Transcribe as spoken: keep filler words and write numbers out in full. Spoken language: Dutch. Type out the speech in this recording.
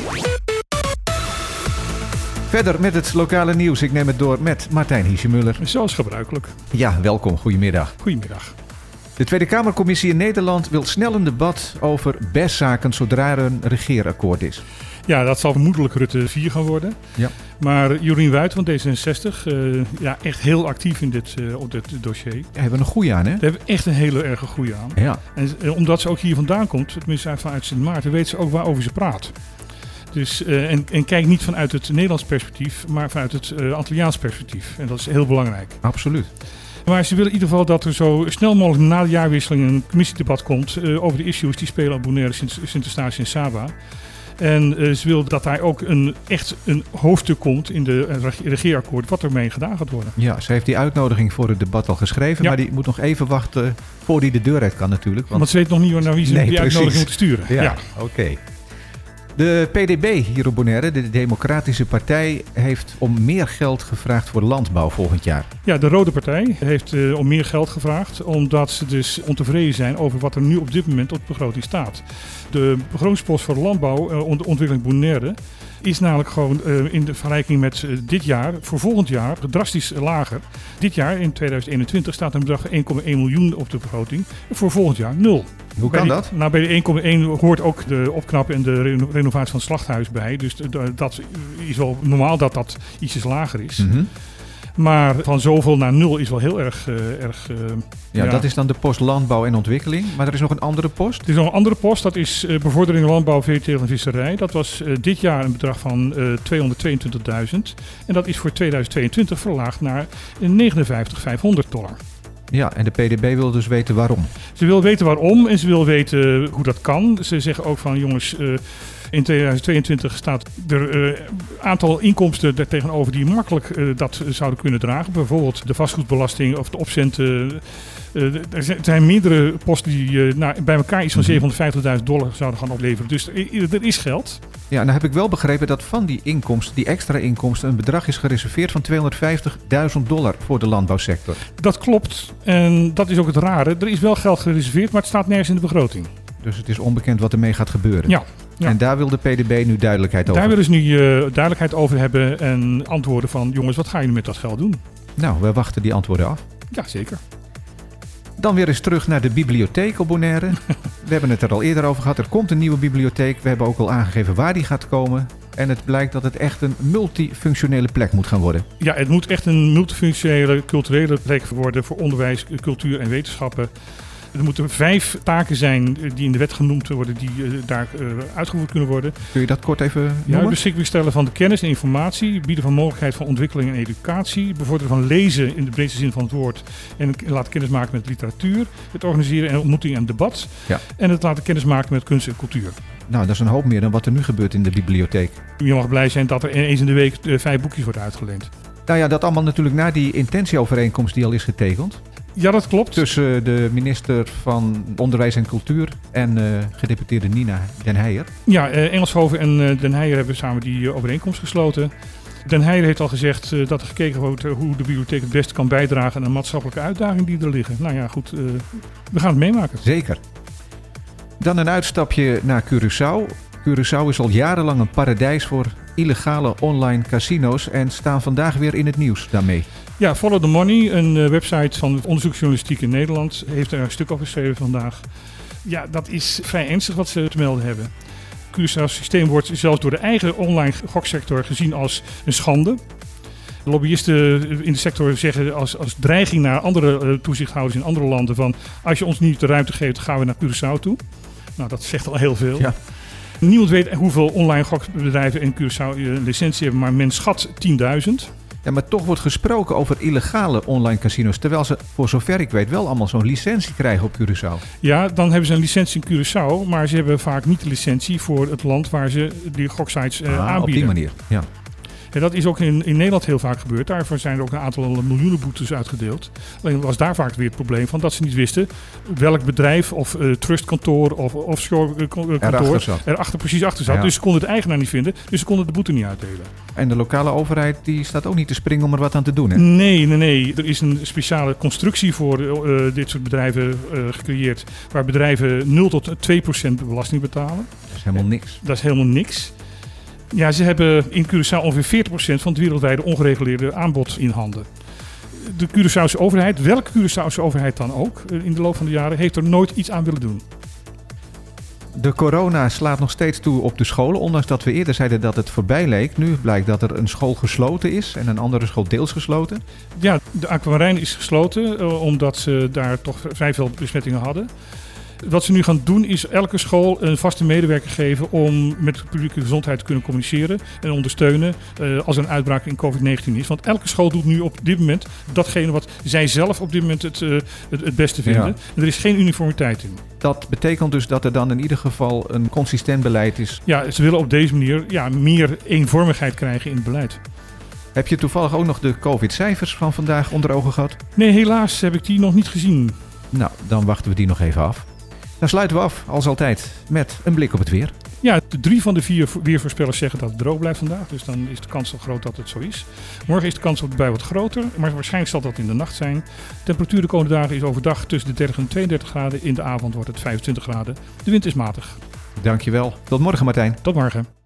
Verder met het lokale nieuws. Ik neem het door met Martijn Hiesjemuller. Zoals gebruikelijk. Ja, welkom. Goedemiddag. Goedemiddag. De Tweede Kamercommissie in Nederland wil snel een debat over B E S-zaken zodra er een regeerakkoord is. Ja, dat zal vermoedelijk Rutte vier gaan worden. Ja. Maar Jorien Wuit van D zesenzestig, uh, ja, echt heel actief in dit, uh, op dit dossier. Ja, hebben we een goeie aan, hè? Daar hebben we echt een hele erge goeie aan. Ja. En uh, omdat ze ook hier vandaan komt, tenminste vanuit Sint Maarten, weet ze ook waarover ze praat. Dus, uh, en, en kijk niet vanuit het Nederlands perspectief, maar vanuit het uh, Antilliaans perspectief. En dat is heel belangrijk. Absoluut. Maar ze willen in ieder geval dat er zo snel mogelijk na de jaarwisseling een commissiedebat komt uh, over de issues die spelen op Bonaire, Sint-Eustatius en Saba. En uh, ze wil dat daar ook een, echt een hoofdstuk komt in de uh, regeerakkoord wat ermee gedaan gaat worden. Ja, ze heeft die uitnodiging voor het debat al geschreven, ja. Maar die moet nog even wachten voor die de deur uit kan natuurlijk. Want, want ze weet nog niet naar wie ze nee, die precies. uitnodiging moet sturen. Ja, ja. oké. Okay. De P D B hier op Bonaire, de Democratische Partij, heeft om meer geld gevraagd voor landbouw volgend jaar. Ja, de Rode Partij heeft uh, om meer geld gevraagd, omdat ze dus ontevreden zijn over wat er nu op dit moment op de begroting staat. De begrotingspost voor de landbouw, uh, de ontwikkeling Bonaire, is namelijk gewoon uh, in de vergelijking met uh, dit jaar, voor volgend jaar, drastisch lager. Dit jaar, in tweeduizend eenentwintig, staat een bedrag van één komma één miljoen op de begroting. Voor volgend jaar nul. Hoe kan bij die, dat? Nou, bij de één komma één hoort ook de opknappen en de reno- renovatie van het slachthuis bij. Dus de, dat is wel normaal dat dat ietsjes lager is. Mm-hmm. Maar van zoveel naar nul is wel heel erg... Uh, erg uh, ja, ja, dat is dan de post landbouw en ontwikkeling. Maar er is nog een andere post? Er is nog een andere post. Dat is uh, bevordering landbouw, veeteelt en visserij. Dat was uh, dit jaar een bedrag van uh, tweehonderdtweeëntwintigduizend. En dat is voor tweeduizend tweeëntwintig verlaagd naar negenenvijftig vijfhonderd dollar. Ja, en de P D B wil dus weten waarom. Ze wil weten waarom en ze wil weten hoe dat kan. Ze zeggen ook van jongens... Uh, In tweeduizend tweeëntwintig staat er een uh, aantal inkomsten er tegenover die makkelijk uh, dat zouden kunnen dragen. Bijvoorbeeld de vastgoedbelasting of de opcenten. Uh, er zijn meerdere posten die uh, nou, bij elkaar iets van zevenhonderdvijftigduizend dollar zouden gaan opleveren. Dus er, er is geld. Ja, nou heb ik wel begrepen dat van die inkomsten, die extra inkomsten, een bedrag is gereserveerd van tweehonderdvijftigduizend dollar voor de landbouwsector. Dat klopt. En dat is ook het rare. Er is wel geld gereserveerd, maar het staat nergens in de begroting. Dus het is onbekend wat ermee gaat gebeuren. Ja. Ja. En daar wil de P D B nu duidelijkheid over. Daar willen ze nu uh, duidelijkheid over hebben en antwoorden van... jongens, wat gaan jullie met dat geld doen? Nou, we wachten die antwoorden af. Ja, zeker. Dan weer eens terug naar de bibliotheek op Bonaire. We hebben het er al eerder over gehad. Er komt een nieuwe bibliotheek. We hebben ook al aangegeven waar die gaat komen. En het blijkt dat het echt een multifunctionele plek moet gaan worden. Ja, het moet echt een multifunctionele culturele plek worden... voor onderwijs, cultuur en wetenschappen. Er moeten vijf taken zijn die in de wet genoemd worden, die uh, daar uh, uitgevoerd kunnen worden. Kun je dat kort even noemen? Ja, beschikbaar stellen van de kennis en informatie, bieden van mogelijkheid van ontwikkeling en educatie, bevorderen van lezen in de breedste zin van het woord en laten kennis maken met literatuur, het organiseren en ontmoeting en debat ja. en het laten kennis maken met kunst en cultuur. Nou, dat is een hoop meer dan wat er nu gebeurt in de bibliotheek. Je mag blij zijn dat er eens in de week uh, vijf boekjes worden uitgeleend. Nou ja, dat allemaal natuurlijk na die intentieovereenkomst die al is getekend. Ja, dat klopt. Tussen de minister van Onderwijs en Cultuur en uh, gedeputeerde Nina Den Heijer. Ja, uh, Engelshoven en uh, Den Heijer hebben samen die uh, overeenkomst gesloten. Den Heijer heeft al gezegd uh, dat er gekeken wordt uh, hoe de bibliotheek het beste kan bijdragen aan de maatschappelijke uitdagingen die er liggen. Nou ja, goed, uh, we gaan het meemaken. Zeker. Dan een uitstapje naar Curaçao. Curaçao is al jarenlang een paradijs voor illegale online casino's en staan vandaag weer in het nieuws daarmee. Ja, Follow the Money, een uh, website van het onderzoeksjournalistiek in Nederland, heeft er een stuk over geschreven vandaag. Ja, dat is vrij ernstig wat ze te melden hebben. Curaçao's systeem wordt zelfs door de eigen online goksector gezien als een schande. De lobbyisten in de sector zeggen als, als dreiging naar andere uh, toezichthouders in andere landen van als je ons niet de ruimte geeft, gaan we naar Curaçao toe. Nou, dat zegt al heel veel. Ja. Niemand weet hoeveel online gokbedrijven in Curaçao een licentie hebben, maar men schat tienduizend. Ja, maar toch wordt gesproken over illegale online casino's, terwijl ze, voor zover ik weet, wel allemaal zo'n licentie krijgen op Curaçao. Ja, dan hebben ze een licentie in Curaçao, maar ze hebben vaak niet de licentie voor het land waar ze die goksites uh, ah, aanbieden. Op die manier, ja. Ja, dat is ook in, in Nederland heel vaak gebeurd. Daarvoor zijn er ook een aantal miljoenen boetes uitgedeeld. Alleen was daar vaak weer het probleem van dat ze niet wisten welk bedrijf of uh, trustkantoor of offshore uh, kantoor erachter, erachter precies achter zat. Ja. Dus ze konden de eigenaar niet vinden, dus ze konden de boete niet uitdelen. En de lokale overheid die staat ook niet te springen om er wat aan te doen, hè? Nee, nee, nee. Er is een speciale constructie voor uh, dit soort bedrijven uh, gecreëerd, waar bedrijven nul tot twee procent belasting betalen. Dat is helemaal niks. Dat is helemaal niks. Ja, ze hebben in Curaçao ongeveer veertig procent van het wereldwijde ongereguleerde aanbod in handen. De Curaçaose overheid, welke Curaçaose overheid dan ook, in de loop van de jaren, heeft er nooit iets aan willen doen. De corona slaat nog steeds toe op de scholen, ondanks dat we eerder zeiden dat het voorbij leek. Nu blijkt dat er een school gesloten is en een andere school deels gesloten. Ja, de Aquamarijn is gesloten, uh, omdat ze daar toch vrij veel besmettingen hadden. Wat ze nu gaan doen is elke school een vaste medewerker geven om met de publieke gezondheid te kunnen communiceren en ondersteunen uh, als er een uitbraak in covid negentien is. Want elke school doet nu op dit moment datgene wat zij zelf op dit moment het, uh, het, het beste vinden. Ja. En er is geen uniformiteit in. Dat betekent dus dat er dan in ieder geval een consistent beleid is. Ja, ze willen op deze manier ja, meer eenvormigheid krijgen in het beleid. Heb je toevallig ook nog de COVID-cijfers van vandaag onder ogen gehad? Nee, helaas heb ik die nog niet gezien. Nou, dan wachten we die nog even af. Dan sluiten we af, als altijd, met een blik op het weer. Ja, de drie van de vier weervoorspellers zeggen dat het droog blijft vandaag. Dus dan is de kans wel groot dat het zo is. Morgen is de kans op de bui wat groter, maar waarschijnlijk zal dat in de nacht zijn. De temperatuur de komende dagen is overdag tussen de dertig en tweeëndertig graden. In de avond wordt het vijfentwintig graden. De wind is matig. Dankjewel. Tot morgen, Martijn. Tot morgen.